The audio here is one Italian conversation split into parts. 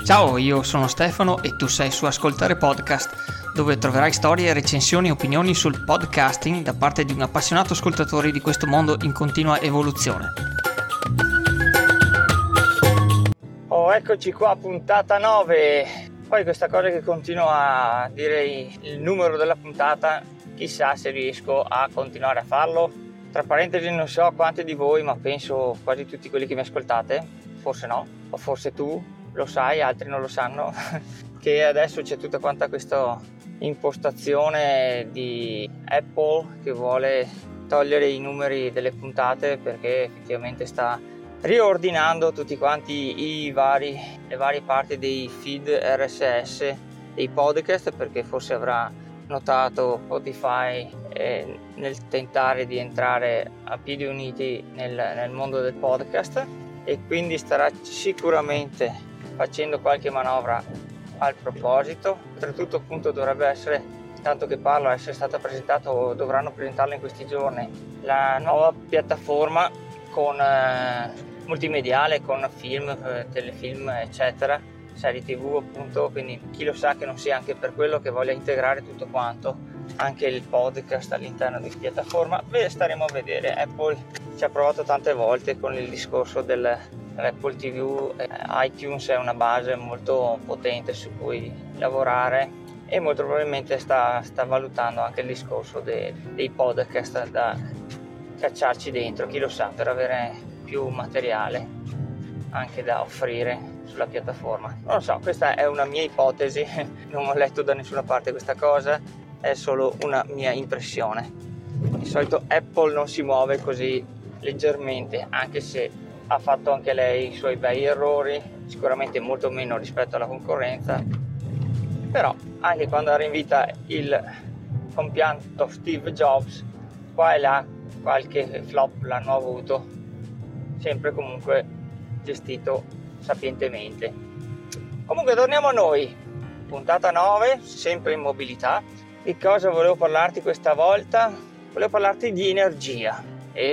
Ciao, io sono Stefano e tu sei su Ascoltare Podcast, dove troverai storie, recensioni e opinioni sul podcasting da parte di un appassionato ascoltatore di questo mondo in continua evoluzione. Oh, eccoci qua, puntata 9. Poi questa cosa che continuo a dire il numero della puntata, chissà se riesco a continuare a farlo. Tra parentesi, non so quanti di voi, ma penso quasi tutti quelli che mi ascoltate, forse no, o forse tu lo sai, altri non lo sanno, che adesso c'è tutta quanta questa impostazione di Apple che vuole togliere i numeri delle puntate perché effettivamente sta riordinando tutti quanti le varie parti dei feed RSS dei podcast, perché forse avrà notato Spotify nel tentare di entrare a piedi uniti nel mondo del podcast, e quindi starà sicuramente facendo qualche manovra al proposito. Oltretutto appunto dovrebbe essere, tanto che parlo, essere stata presentata, o dovranno presentarla in questi giorni, la nuova piattaforma con multimediale, con film, telefilm eccetera, serie tv appunto, quindi chi lo sa che non sia anche per quello che voglia integrare tutto quanto, anche il podcast all'interno di piattaforma. Staremo a vedere. Apple ci ha provato tante volte con il discorso dell'Apple TV, iTunes è una base molto potente su cui lavorare e molto probabilmente sta valutando anche il discorso dei podcast da cacciarci dentro, chi lo sa, per avere più materiale anche da offrire sulla piattaforma. Non lo so, questa è una mia ipotesi, non ho letto da nessuna parte questa cosa, è solo una mia impressione. Di solito Apple non si muove così leggermente, anche se ha fatto anche lei i suoi bei errori, sicuramente molto meno rispetto alla concorrenza, però anche quando era in vita il compianto Steve Jobs, qua e là qualche flop l'hanno avuto, sempre comunque gestito sapientemente. Comunque torniamo a noi, puntata 9, sempre in mobilità. Di cosa volevo parlarti questa volta? Volevo parlarti di energia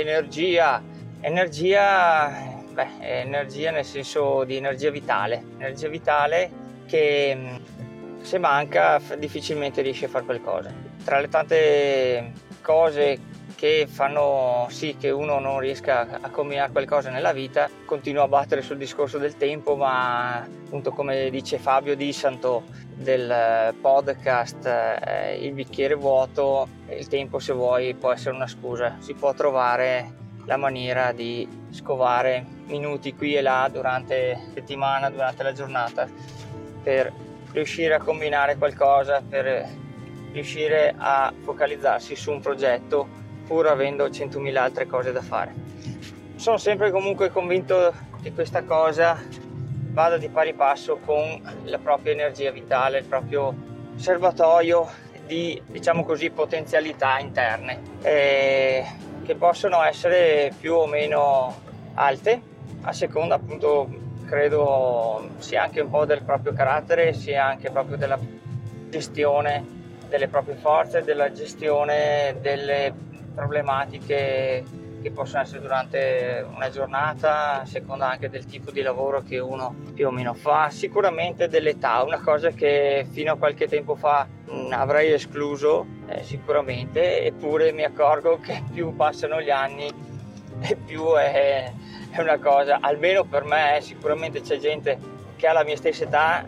nel senso di energia vitale che se manca difficilmente riesci a fare qualcosa. Tra le tante cose che fanno sì che uno non riesca a combinare qualcosa nella vita, continuo a battere sul discorso del tempo, ma appunto come dice Fabio Di Santo del podcast Il bicchiere vuoto, il tempo se vuoi può essere una scusa, si può trovare la maniera di scovare minuti qui e là durante la settimana, durante la giornata, per riuscire a combinare qualcosa, per riuscire a focalizzarsi su un progetto pur avendo 100.000 altre cose da fare. Sono sempre comunque convinto che questa cosa vada di pari passo con la propria energia vitale, il proprio serbatoio di, diciamo così, potenzialità interne, che possono essere più o meno alte a seconda appunto, credo sia anche un po' del proprio carattere, sia anche proprio della gestione delle proprie forze, della gestione delle problematiche che possono essere durante una giornata, a seconda anche del tipo di lavoro che uno più o meno fa, sicuramente dell'età, una cosa che fino a qualche tempo fa avrei escluso sicuramente, eppure mi accorgo che più passano gli anni e più è una cosa, almeno per me, sicuramente c'è gente che ha la mia stessa età,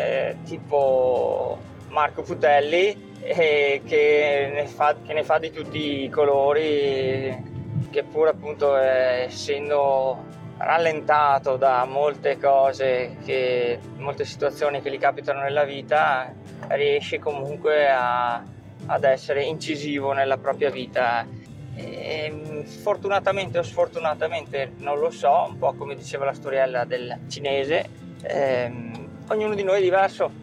tipo Marco Putelli, che ne fa di tutti i colori, che pur appunto essendo rallentato da molte cose, molte situazioni che gli capitano nella vita, riesce comunque ad essere incisivo nella propria vita. Fortunatamente o sfortunatamente non lo so, un po' come diceva la storiella del cinese, ognuno di noi è diverso.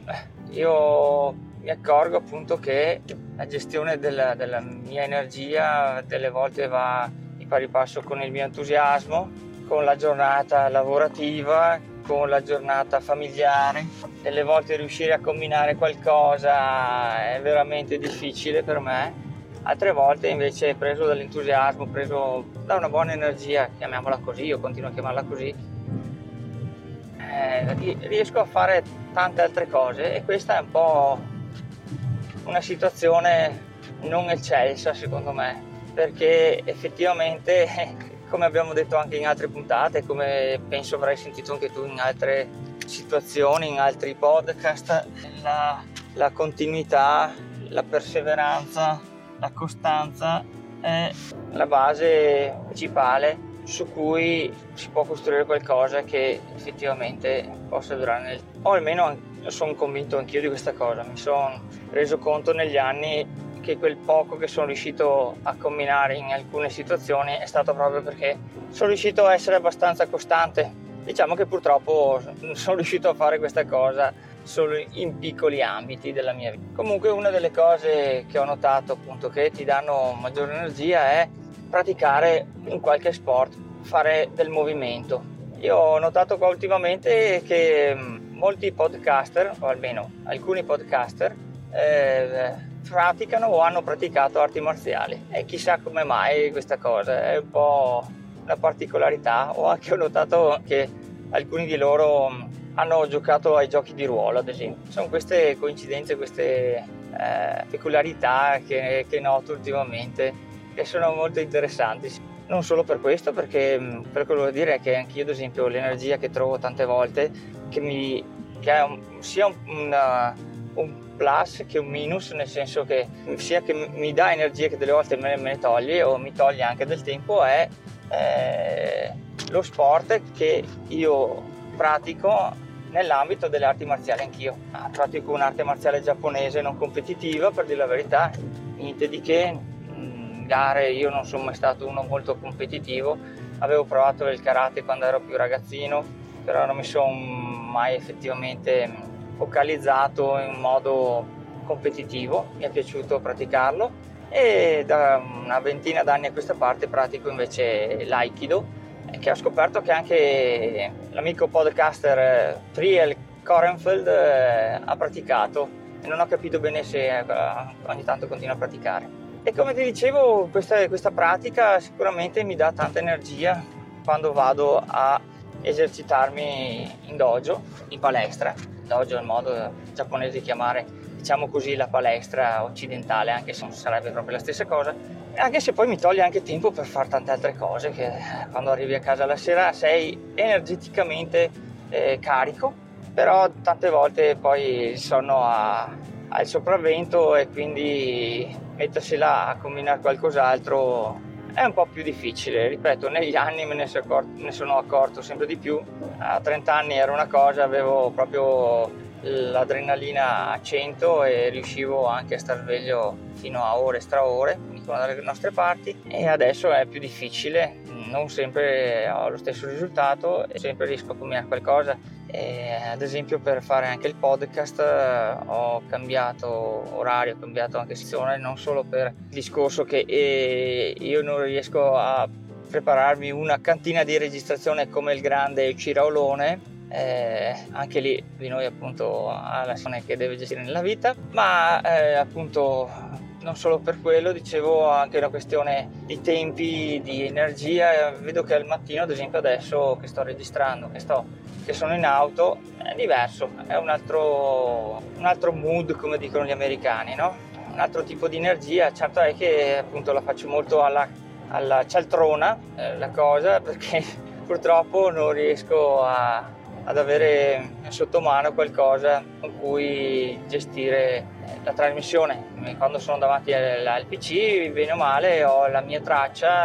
Io mi accorgo appunto che la gestione della mia energia delle volte va di pari passo con il mio entusiasmo, con la giornata lavorativa, con la giornata familiare. Delle volte riuscire a combinare qualcosa è veramente difficile per me, altre volte invece preso dall'entusiasmo, preso da una buona energia, chiamiamola così, io continuo a chiamarla così, riesco a fare tante altre cose, e questa è un po' una situazione non eccelsa secondo me, perché effettivamente, come abbiamo detto anche in altre puntate, come penso avrai sentito anche tu in altre situazioni, in altri podcast, la continuità, la perseveranza, la costanza è la base principale su cui si può costruire qualcosa che effettivamente possa durare nel tempo. O almeno sono convinto anch'io di questa cosa. Mi sono reso conto negli anni che quel poco che sono riuscito a combinare in alcune situazioni è stato proprio perché sono riuscito a essere abbastanza costante. Diciamo che purtroppo sono riuscito a fare questa cosa solo in piccoli ambiti della mia vita. Comunque, una delle cose che ho notato appunto che ti danno maggiore energia è praticare in qualche sport, fare del movimento. Io ho notato qua ultimamente che molti podcaster, o almeno alcuni podcaster, praticano o hanno praticato arti marziali, e chissà come mai questa cosa, è un po' una particolarità. Ho anche notato che alcuni di loro hanno giocato ai giochi di ruolo, ad esempio. Sono queste coincidenze, queste peculiarità che noto ultimamente, che sono molto interessanti. Non solo per questo, perché quello che volevo dire è che anch'io, ad esempio, l'energia che trovo tante volte, che è sia un plus che un minus, nel senso che sia che mi dà energia che delle volte me ne toglie, o mi toglie anche del tempo, è lo sport che io pratico nell'ambito delle arti marziali. Anch'io pratico un'arte marziale giapponese non competitiva, per dire la verità, niente di che, gare io non sono mai stato uno molto competitivo. Avevo provato il karate quando ero più ragazzino, però non mi sono mai effettivamente focalizzato in modo competitivo. Mi è piaciuto praticarlo, e da una ventina d'anni a questa parte pratico invece l'aikido, che ho scoperto che anche l'amico podcaster Friel Korenfeld ha praticato, e non ho capito bene se ogni tanto continua a praticare. E come ti dicevo, questa pratica sicuramente mi dà tanta energia quando vado a esercitarmi in dojo, in palestra. Dojo è il modo giapponese di chiamare, diciamo così, la palestra occidentale, anche se non sarebbe proprio la stessa cosa, anche se poi mi toglie anche tempo per fare tante altre cose, che quando arrivi a casa la sera sei energeticamente carico, però tante volte poi il sonno ha il sopravvento, e quindi mettersi là a combinare qualcos'altro è un po' più difficile. Ripeto, negli anni me ne sono accorto sempre di più. A 30 anni ero una cosa, avevo proprio l'adrenalina a 100 e riuscivo anche a star sveglio fino a ore straore, come dalle nostre parti, e adesso è più difficile. Non sempre ho lo stesso risultato, e sempre riesco a combinare qualcosa. Ad esempio, per fare anche il podcast ho cambiato orario, ho cambiato anche sezione, non solo per il discorso che io non riesco a prepararmi una cantina di registrazione come il grande Ciraolone, anche lì di noi appunto ha la situazione che deve gestire nella vita, ma appunto non solo per quello, dicevo, anche una questione di tempi, di energia. Vedo che al mattino, ad esempio adesso che sto registrando, che sono in auto, è diverso, è un altro mood, come dicono gli americani, no? Un altro tipo di energia. Certo è che appunto la faccio molto alla cialtrona la cosa, perché purtroppo non riesco ad avere sotto mano qualcosa con cui gestire la trasmissione. Quando sono davanti al PC, bene o male, ho la mia traccia,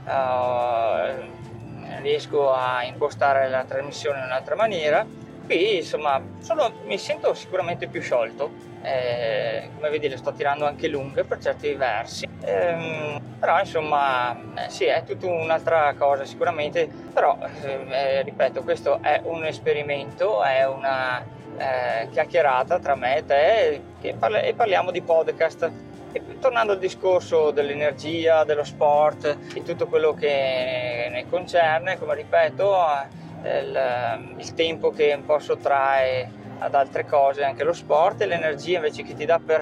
riesco a impostare la trasmissione in un'altra maniera. Qui insomma mi sento sicuramente più sciolto, come vedi le sto tirando anche lunghe per certi versi, però insomma sì, è tutta un'altra cosa sicuramente, però ripeto, questo è un esperimento, è una chiacchierata tra me e te, e parliamo di podcast. E tornando al discorso dell'energia, dello sport e tutto quello che ne concerne, come ripeto, il tempo che un po' sottrae ad altre cose anche lo sport, e l'energia invece che ti dà per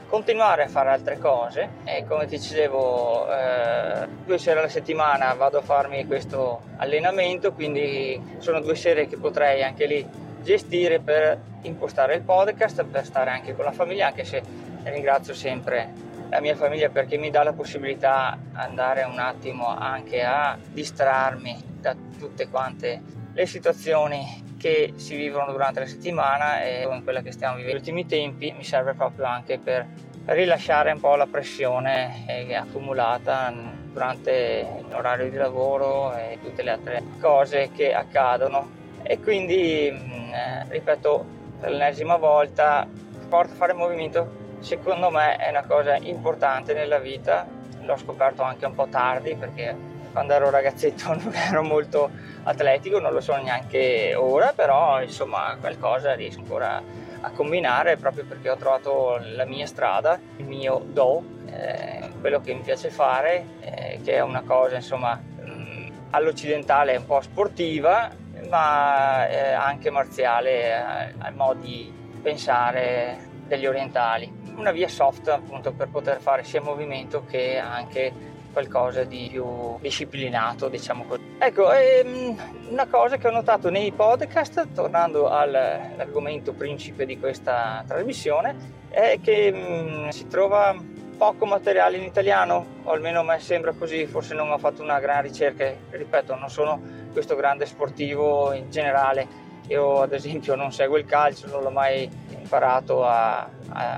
continuare a fare altre cose, e come ti dicevo 2 sere alla settimana vado a farmi questo allenamento, quindi sono 2 sere che potrei anche lì gestire per impostare il podcast, per stare anche con la famiglia, anche se ringrazio sempre la mia famiglia perché mi dà la possibilità di andare un attimo anche a distrarmi da tutte quante le situazioni che si vivono durante la settimana, e in quella che stiamo vivendo negli ultimi tempi mi serve proprio anche per rilasciare un po' la pressione che è accumulata durante l'orario di lavoro e tutte le altre cose che accadono. E quindi ripeto per l'ennesima volta, fare movimento secondo me è una cosa importante nella vita. L'ho scoperto anche un po' tardi, perché quando ero ragazzetto non ero molto atletico, non lo sono neanche ora, però insomma qualcosa riesco ancora a combinare, proprio perché ho trovato la mia strada, il mio quello che mi piace fare, che è una cosa insomma all'occidentale un po' sportiva, ma anche marziale ai modi di pensare degli orientali. Una via soft appunto per poter fare sia movimento che anche qualcosa di più disciplinato, diciamo così. Ecco, una cosa che ho notato nei podcast, tornando all'argomento principe di questa trasmissione, è che si trova poco materiale in italiano, o almeno a me sembra così. Forse non ho fatto una gran ricerca, ripeto, non sono questo grande sportivo in generale. Io ad esempio non seguo il calcio, non l'ho mai imparato a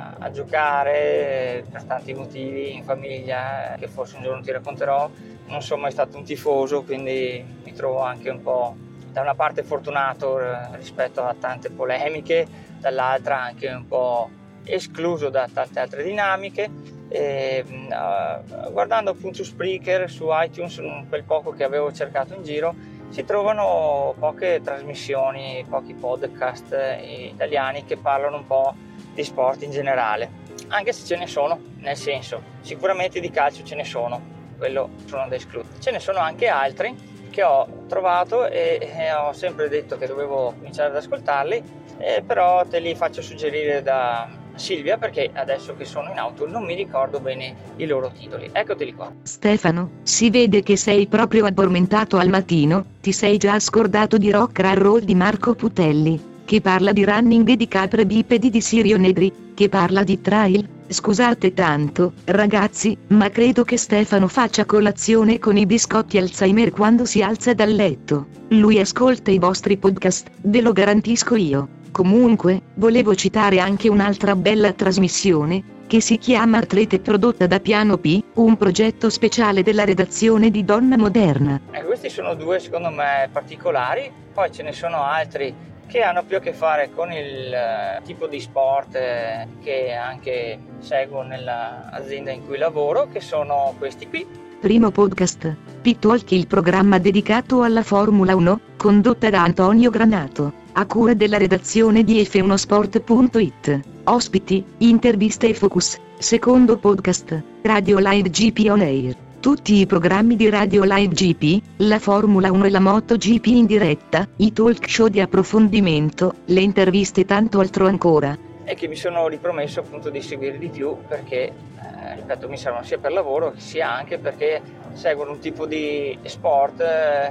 giocare per tanti motivi in famiglia, che forse un giorno ti racconterò. Non sono mai stato un tifoso, quindi mi trovo anche un po' da una parte fortunato rispetto a tante polemiche, dall'altra anche un po' escluso da tante altre dinamiche. Guardando appunto su Spreaker, su iTunes, quel poco che avevo cercato in giro, si trovano poche trasmissioni, pochi podcast italiani che parlano un po' di sport in generale, anche se ce ne sono, nel senso, sicuramente di calcio ce ne sono, quello sono da escludere. Ce ne sono anche altri che ho trovato e ho sempre detto che dovevo cominciare ad ascoltarli, però te li faccio suggerire da Silvia, perché adesso che sono in auto non mi ricordo bene i loro titoli. Eccoteli qua. Stefano, si vede che sei proprio addormentato al mattino, ti sei già scordato di Rock and Roll di Marco Putelli, che parla di running e di capre bipedi di Sirio Negri, che parla di trail. Scusate tanto, ragazzi, ma credo che Stefano faccia colazione con i biscotti Alzheimer quando si alza dal letto. Lui ascolta i vostri podcast, ve lo garantisco io. Comunque, volevo citare anche un'altra bella trasmissione, che si chiama Atlete, prodotta da Piano P, un progetto speciale della redazione di Donna Moderna. Questi sono 2 secondo me particolari, poi ce ne sono altri che hanno più a che fare con il tipo di sport che anche seguo nell'azienda in cui lavoro, che sono questi qui. Primo podcast, P-Talk, il programma dedicato alla Formula 1, condotta da Antonio Granato, a cura della redazione di f1sport.it. Ospiti, interviste e focus. Secondo podcast, Radio Live GP On Air. Tutti i programmi di Radio Live GP, la Formula 1 e la MotoGP in diretta, i talk show di approfondimento, le interviste e tanto altro ancora. E che mi sono ripromesso appunto di seguire di più, perché ripeto, mi servono sia per lavoro sia anche perché seguono un tipo di sport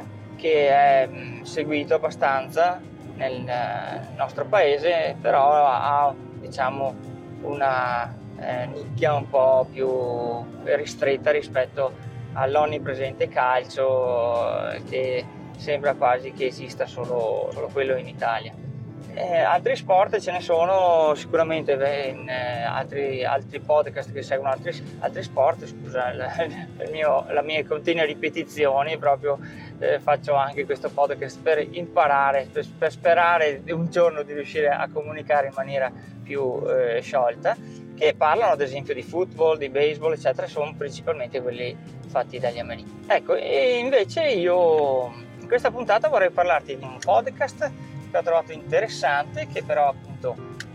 che è seguito abbastanza nel nostro paese, però ha diciamo una nicchia un po' più ristretta rispetto all'onnipresente calcio, che sembra quasi che esista solo quello in Italia. Altri sport ce ne sono sicuramente in altri podcast che seguono altri sport. Scusa la mia continue ripetizioni, proprio faccio anche questo podcast per imparare, per sperare un giorno di riuscire a comunicare in maniera più sciolta, che parlano ad esempio di football, di baseball eccetera, sono principalmente quelli fatti dagli americani. Ecco, e invece io in questa puntata vorrei parlarti di un podcast che ho trovato interessante, che però appunto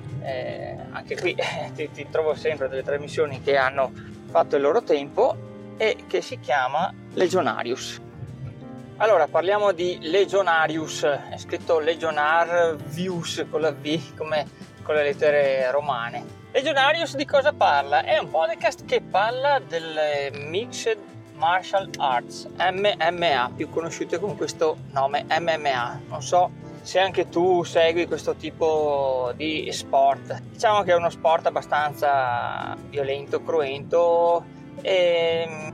anche qui ti trovo sempre delle trasmissioni che hanno fatto il loro tempo, e che si chiama Legionarius. Allora, parliamo di Legionarius, è scritto Legionarius con la V, come con le lettere romane. Legionarius di cosa parla? È un podcast che parla del Mixed Martial Arts, MMA, più conosciute con questo nome MMA. Non so se anche tu segui questo tipo di sport. Diciamo che è uno sport abbastanza violento, cruento, e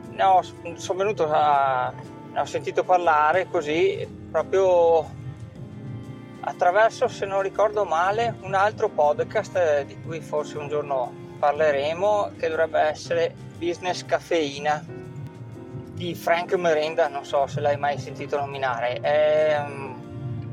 ne ho sentito parlare così proprio attraverso, se non ricordo male, un altro podcast di cui forse un giorno parleremo, che dovrebbe essere Business Caffeina di Frank Merenda. Non so se l'hai mai sentito nominare. È un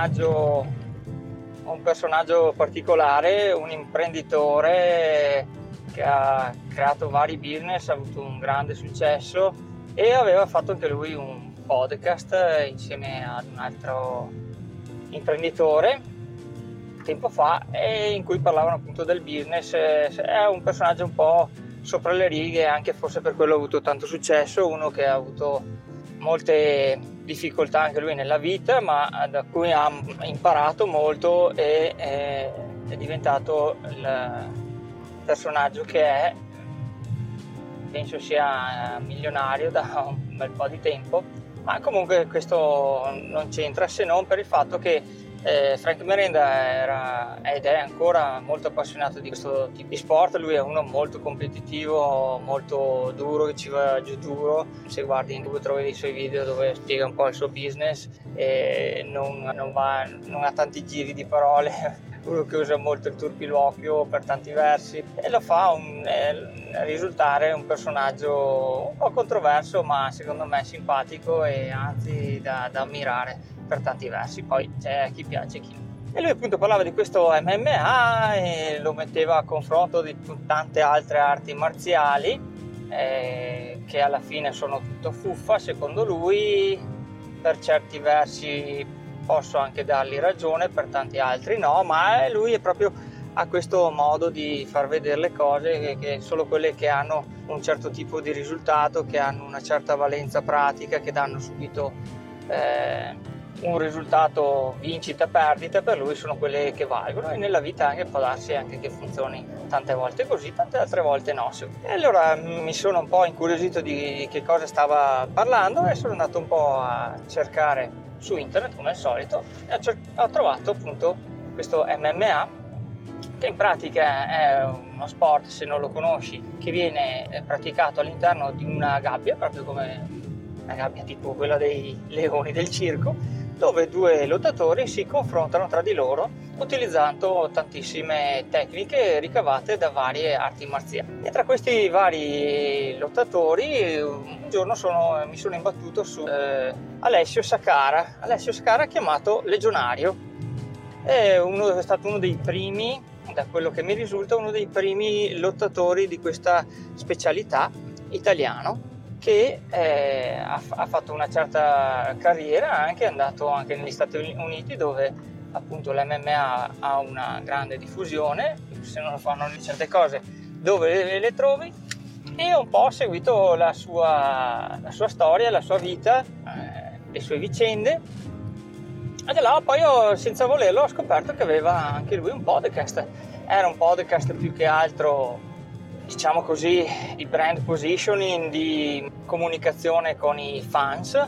personaggio particolare, un imprenditore che ha creato vari business, ha avuto un grande successo e aveva fatto anche lui un podcast insieme ad un altro imprenditore tempo fa, e in cui parlavano appunto del business. È un personaggio un po' sopra le righe, anche forse per quello ha avuto tanto successo, uno che ha avuto molte difficoltà anche lui nella vita, ma da cui ha imparato molto e è diventato il personaggio che è. Penso sia milionario da un bel po' di tempo, ma comunque questo non c'entra, se non per il fatto che Frank Merenda era ed è ancora molto appassionato di questo tipo di sport. Lui è uno molto competitivo, molto duro, che ci va giù duro. Se guardi in YouTube trovi dei suoi video dove spiega un po' il suo business e non ha tanti giri di parole. Uno che usa molto il turpiloquio per tanti versi, e lo fa risultare un personaggio un po' controverso, ma secondo me simpatico e anzi da ammirare per tanti versi. Poi c'è chi piace chi. E lui appunto parlava di questo MMA e lo metteva a confronto di tante altre arti marziali che alla fine sono tutto fuffa secondo lui. Per certi versi posso anche dargli ragione, per tanti altri no, ma lui è proprio ha questo modo di far vedere le cose che solo quelle che hanno un certo tipo di risultato, che hanno una certa valenza pratica, che danno subito un risultato vincita-perdita, per lui sono quelle che valgono, e nella vita anche può darsi anche che funzioni tante volte così, tante altre volte no. E allora mi sono un po' incuriosito di che cosa stava parlando e sono andato un po' a cercare su internet come al solito, e ho trovato appunto questo MMA, che in pratica è uno sport, se non lo conosci, che viene praticato all'interno di una gabbia, proprio come una gabbia tipo quella dei leoni del circo, dove due lottatori si confrontano tra di loro utilizzando tantissime tecniche ricavate da varie arti marziali. E tra questi vari lottatori un giorno mi sono imbattuto su Alessio Sakara, chiamato Legionario. È stato uno dei primi, da quello che mi risulta, uno dei primi lottatori di questa specialità italiano, che ha fatto una certa carriera, è andato anche negli Stati Uniti, dove appunto l'MMA ha una grande diffusione, se non lo fanno certe cose dove le trovi, e ho un po' seguito la sua storia, la sua vita, le sue vicende, e da là poi senza volerlo ho scoperto che aveva anche lui un podcast. Era un podcast più che altro, diciamo così, di brand positioning, di comunicazione con i fans,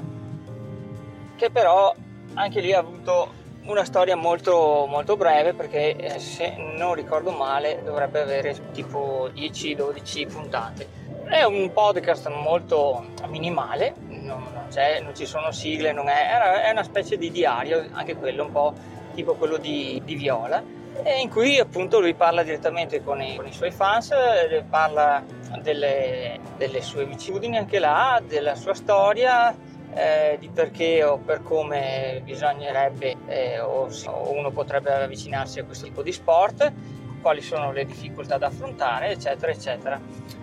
che però anche lì ha avuto una storia molto molto breve, perché se non ricordo male dovrebbe avere tipo 10-12 puntate. È un podcast molto minimale, non ci sono sigle, è una specie di diario, anche quello un po' tipo quello di Viola, e in cui appunto lui parla direttamente con i suoi fans, parla delle sue vicissitudini anche là, della sua storia, di perché o per come bisognerebbe o uno potrebbe avvicinarsi a questo tipo di sport, quali sono le difficoltà da affrontare, eccetera eccetera.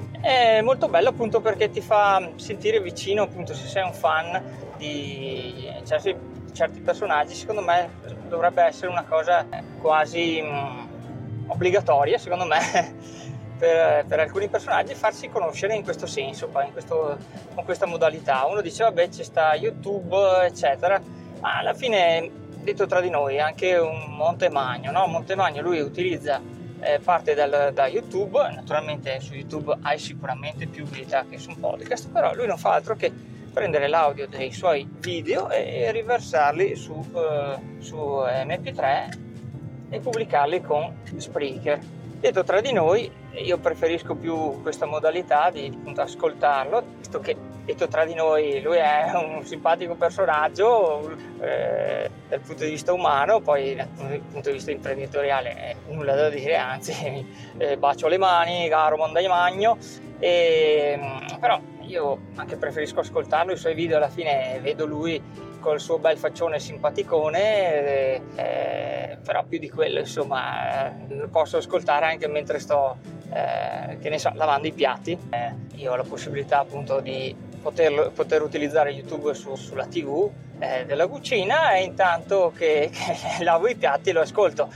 È molto bello appunto perché ti fa sentire vicino, appunto, se sei un fan di certi personaggi. Secondo me dovrebbe essere una cosa quasi obbligatoria, secondo me, per alcuni personaggi, farsi conoscere in questo senso, poi con questa modalità. Uno dice vabbè, c'è sta YouTube eccetera, ma alla fine detto tra di noi, anche un Montemagno, no? Montemagno lui utilizza parte da YouTube, naturalmente su YouTube hai sicuramente più utilità che su un podcast, però lui non fa altro che prendere l'audio dei suoi video e riversarli su MP3 e pubblicarli con Spreaker. Detto tra di noi, io preferisco più questa modalità di appunto ascoltarlo, visto che detto tra di noi lui è un simpatico personaggio dal punto di vista umano, poi dal punto di vista imprenditoriale nulla da dire, anzi bacio le mani, caro Mondaiagno, però io anche preferisco ascoltarlo, i suoi video alla fine vedo lui col suo bel faccione simpaticone, però più di quello insomma lo posso ascoltare anche mentre sto che ne so, lavando i piatti. Io ho la possibilità appunto di poter utilizzare YouTube sulla TV della cucina, e intanto che lavo i piatti lo ascolto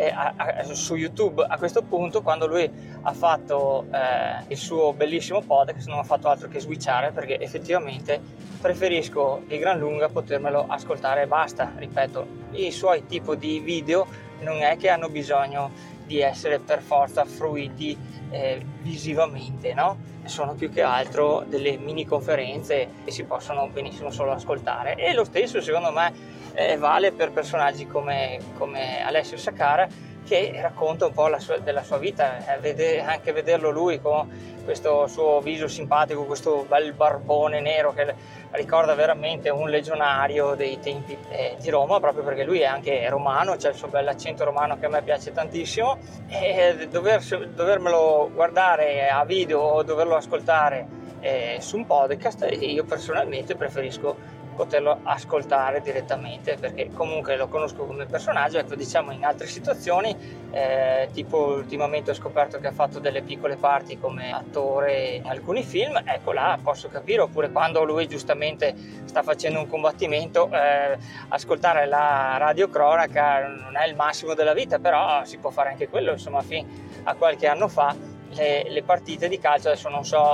su YouTube. A questo punto, quando lui ha fatto il suo bellissimo podcast, non ha fatto altro che switchare, perché effettivamente preferisco di gran lunga potermelo ascoltare e basta. Ripeto, i suoi tipi di video non è che hanno bisogno di essere per forza fruiti visivamente, no? Sono più che altro delle mini conferenze che si possono benissimo solo ascoltare, e lo stesso secondo me vale per personaggi come Alessio Saccara, che racconta un po' della sua vita, anche vederlo lui con questo suo viso simpatico, questo bel barbone nero che ricorda veramente un legionario dei tempi di Roma, proprio perché lui è anche romano, c'è il suo bell'accento romano che a me piace tantissimo, e dovermelo guardare a video o doverlo ascoltare su un podcast, io personalmente preferisco poterlo ascoltare direttamente, perché comunque lo conosco come personaggio. Ecco, diciamo in altre situazioni, tipo ultimamente ho scoperto che ha fatto delle piccole parti come attore in alcuni film, ecco là posso capire, oppure quando lui giustamente sta facendo un combattimento, ascoltare la radiocronaca non è il massimo della vita, però si può fare anche quello, insomma, fino a qualche anno fa le partite di calcio, adesso non so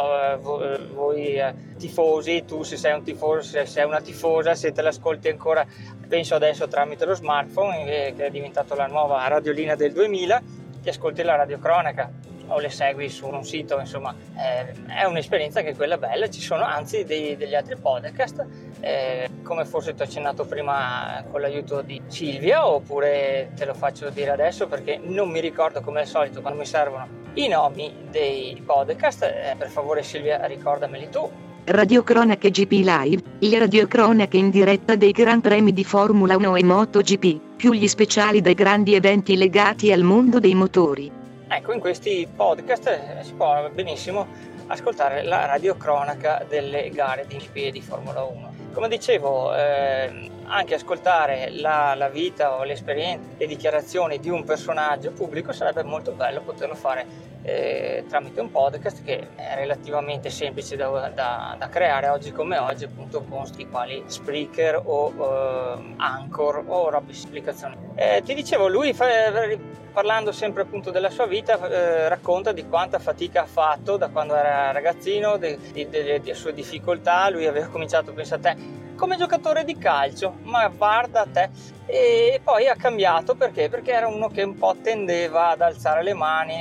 voi tifosi, tu se sei un tifoso, se sei una tifosa, se te l'ascolti ancora, penso adesso tramite lo smartphone che è diventato la nuova radiolina del 2000, ti ascolti la radiocronaca o le segui su un sito, insomma è un'esperienza che quella bella. Ci sono anzi degli altri podcast, come forse ti ho accennato prima con l'aiuto di Silvia, oppure te lo faccio dire adesso perché non mi ricordo, come al solito quando mi servono i nomi dei podcast. Per favore Silvia, ricordameli tu. Radiocronache GP Live, le radiocronache in diretta dei Gran Premi di Formula 1 e MotoGP, più gli speciali dei grandi eventi legati al mondo dei motori. Ecco, in questi podcast si può benissimo ascoltare la radiocronaca delle gare di GP e di Formula 1. Come dicevo, anche ascoltare la vita o l'esperienza, le dichiarazioni di un personaggio pubblico sarebbe molto bello poterlo fare tramite un podcast, che è relativamente semplice da creare oggi come oggi, appunto con sti quali Spreaker o Anchor o robe applicazioni. Ti dicevo, lui parlando sempre appunto della sua vita, racconta di quanta fatica ha fatto da quando era ragazzino, delle sue difficoltà. Lui aveva cominciato, pensa a te, come giocatore di calcio, ma guarda te, e poi ha cambiato perché era uno che un po' tendeva ad alzare le mani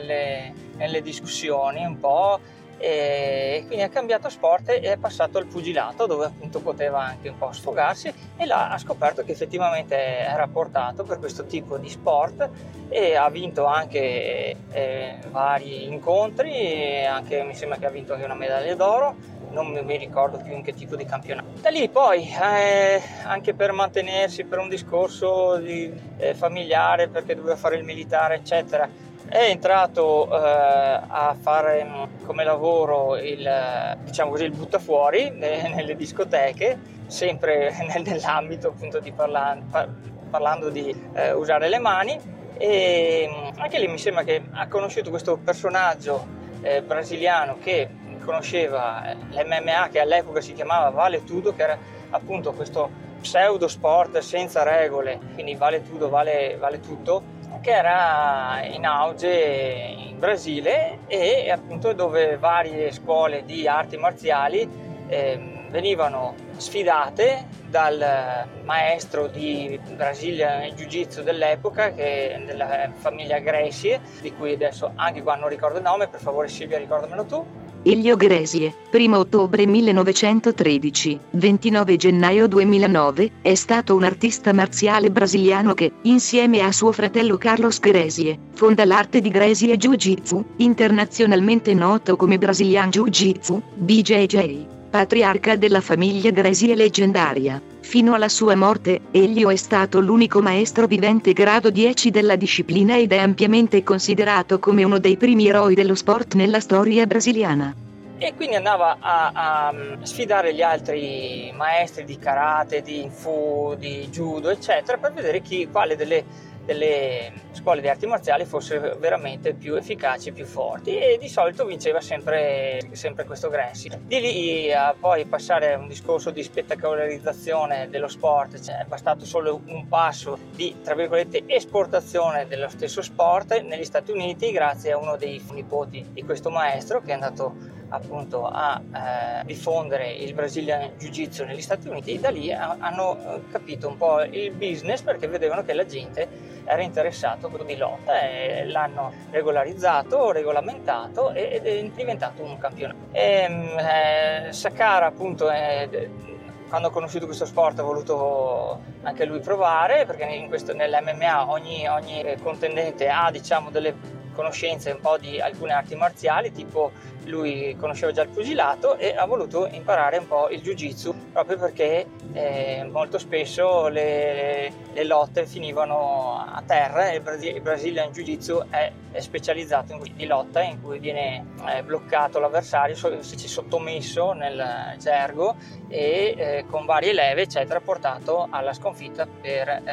nelle discussioni un po', e quindi ha cambiato sport e è passato al pugilato, dove appunto poteva anche un po' sfogarsi, e là ha scoperto che effettivamente era portato per questo tipo di sport, e ha vinto anche vari incontri, e anche mi sembra che ha vinto anche una medaglia d'oro, non mi ricordo più in che tipo di campionato. Da lì poi anche per mantenersi, per un discorso familiare, perché doveva fare il militare eccetera, è entrato a fare come lavoro il buttafuori nelle discoteche, sempre nell'ambito appunto di parlando di usare le mani, e anche lì mi sembra che ha conosciuto questo personaggio brasiliano che conosceva l'MMA, che all'epoca si chiamava Vale Tudo, che era appunto questo pseudo sport senza regole, quindi vale tutto, vale tutto, che era in auge in Brasile, e appunto dove varie scuole di arti marziali venivano sfidate dal maestro di Brazilian Jiu-Jitsu dell'epoca, che è della famiglia Gracie, di cui adesso anche qua non ricordo il nome. Per favore Silvia, ricordamelo tu. Elio Gracie, 1 ottobre 1913, 29 gennaio 2009, è stato un artista marziale brasiliano che, insieme a suo fratello Carlos Gracie, fonda l'arte di Gracie Jiu-Jitsu, internazionalmente noto come Brazilian Jiu-Jitsu, BJJ, patriarca della famiglia Gracie leggendaria. Fino alla sua morte, Elio è stato l'unico maestro vivente grado 10 della disciplina ed è ampiamente considerato come uno dei primi eroi dello sport nella storia brasiliana. E quindi andava a sfidare gli altri maestri di karate, di fu, di judo, eccetera, per vedere quale delle scuole di arti marziali fosse veramente più efficaci, più forti, e di solito vinceva sempre questo Gracie. Di lì a poi passare a un discorso di spettacolarizzazione dello sport, è bastato solo un passo di, tra virgolette, esportazione dello stesso sport negli Stati Uniti, grazie a uno dei nipoti di questo maestro, che è andato appunto a diffondere il Brazilian Jiu-Jitsu negli Stati Uniti. Da lì hanno capito un po' il business, perché vedevano che la gente era interessato di lotta, e l'hanno regolamentato ed è diventato un campionato. Sakara appunto quando ha conosciuto questo sport ha voluto anche lui provare, perché nell'MMA ogni contendente ha, diciamo, delle conoscenze un po' di alcune arti marziali, tipo lui conosceva già il pugilato e ha voluto imparare un po' il jiu-jitsu, proprio perché molto spesso le lotte finivano a terra, e il Brazilian Jiu-Jitsu è specializzato in lotta in cui viene bloccato l'avversario, sottomesso nel gergo, e con varie leve eccetera portato alla sconfitta per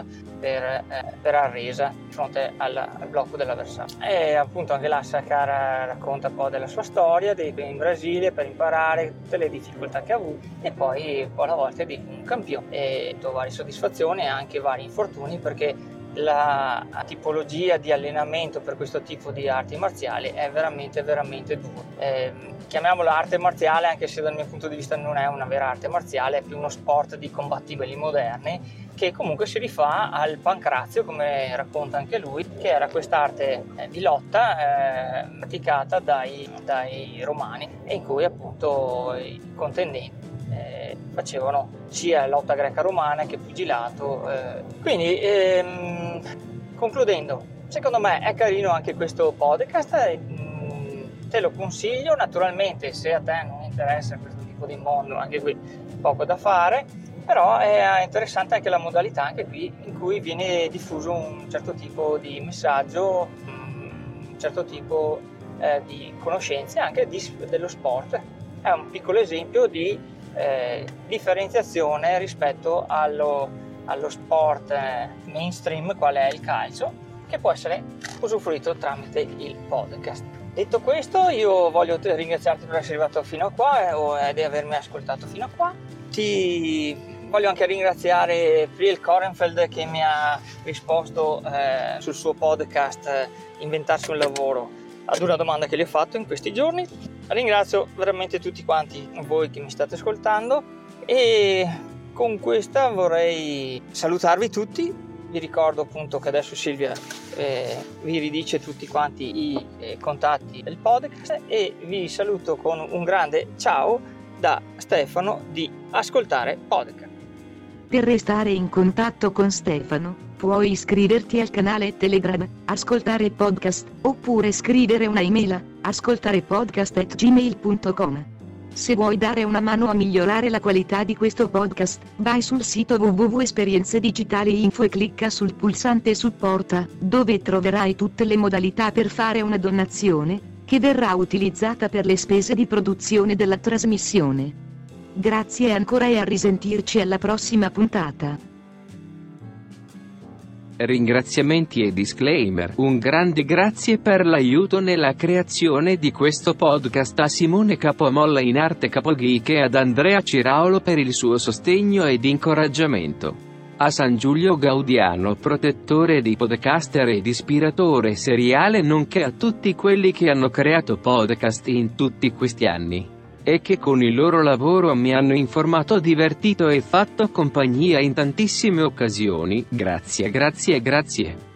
arresa di fronte al blocco dell'avversario. E appunto anche là Sakara racconta un po' della sua storia in Brasile per imparare tutte le difficoltà che ha avuto, e poi alla volta di un campione, e ha avuto varie soddisfazioni e anche vari infortuni, perché la tipologia di allenamento per questo tipo di arti marziali è veramente dura. Chiamiamola arte marziale, anche se dal mio punto di vista non è una vera arte marziale, è più uno sport di combattibili moderni, che comunque si rifà al pancrazio, come racconta anche lui, che era quest'arte di lotta praticata dai romani, e in cui appunto i contendenti facevano sia lotta greca-romana che pugilato. Quindi concludendo, secondo me è carino anche questo podcast, te lo consiglio. Naturalmente, se a te non interessa questo tipo di mondo, anche qui poco da fare, però è interessante anche la modalità, anche qui, in cui viene diffuso un certo tipo di messaggio, un certo tipo di conoscenze anche dello sport. È un piccolo esempio di differenziazione rispetto allo sport mainstream, qual è il calcio, che può essere usufruito tramite il podcast. Detto questo, io voglio ringraziarti per essere arrivato fino a qua e di avermi ascoltato fino a qua. Ti voglio anche ringraziare Friel Korenfeld, che mi ha risposto sul suo podcast Inventarsi un lavoro ad una domanda che gli ho fatto in questi giorni. Ringrazio veramente tutti quanti voi che mi state ascoltando, e con questa vorrei salutarvi tutti. Vi ricordo appunto che adesso Silvia vi ridice tutti quanti i contatti del podcast, e vi saluto con un grande ciao da Stefano di Ascoltare Podcast. Per restare in contatto con Stefano, puoi iscriverti al canale Telegram Ascoltare Podcast, oppure scrivere una email a ascoltarepodcast@gmail.com. Se vuoi dare una mano a migliorare la qualità di questo podcast, vai sul sito www.esperienzedigitali.info e clicca sul pulsante Supporta, dove troverai tutte le modalità per fare una donazione, che verrà utilizzata per le spese di produzione della trasmissione. Grazie ancora e a risentirci alla prossima puntata. Ringraziamenti e disclaimer. Un grande grazie per l'aiuto nella creazione di questo podcast a Simone Capomolla in arte Capogeek e ad Andrea Ciraulo per il suo sostegno ed incoraggiamento. A San Giulio Gaudiano, protettore di podcaster ed ispiratore seriale, nonché a tutti quelli che hanno creato podcast in tutti questi anni. e che con il loro lavoro mi hanno informato, divertito e fatto compagnia in tantissime occasioni. Grazie.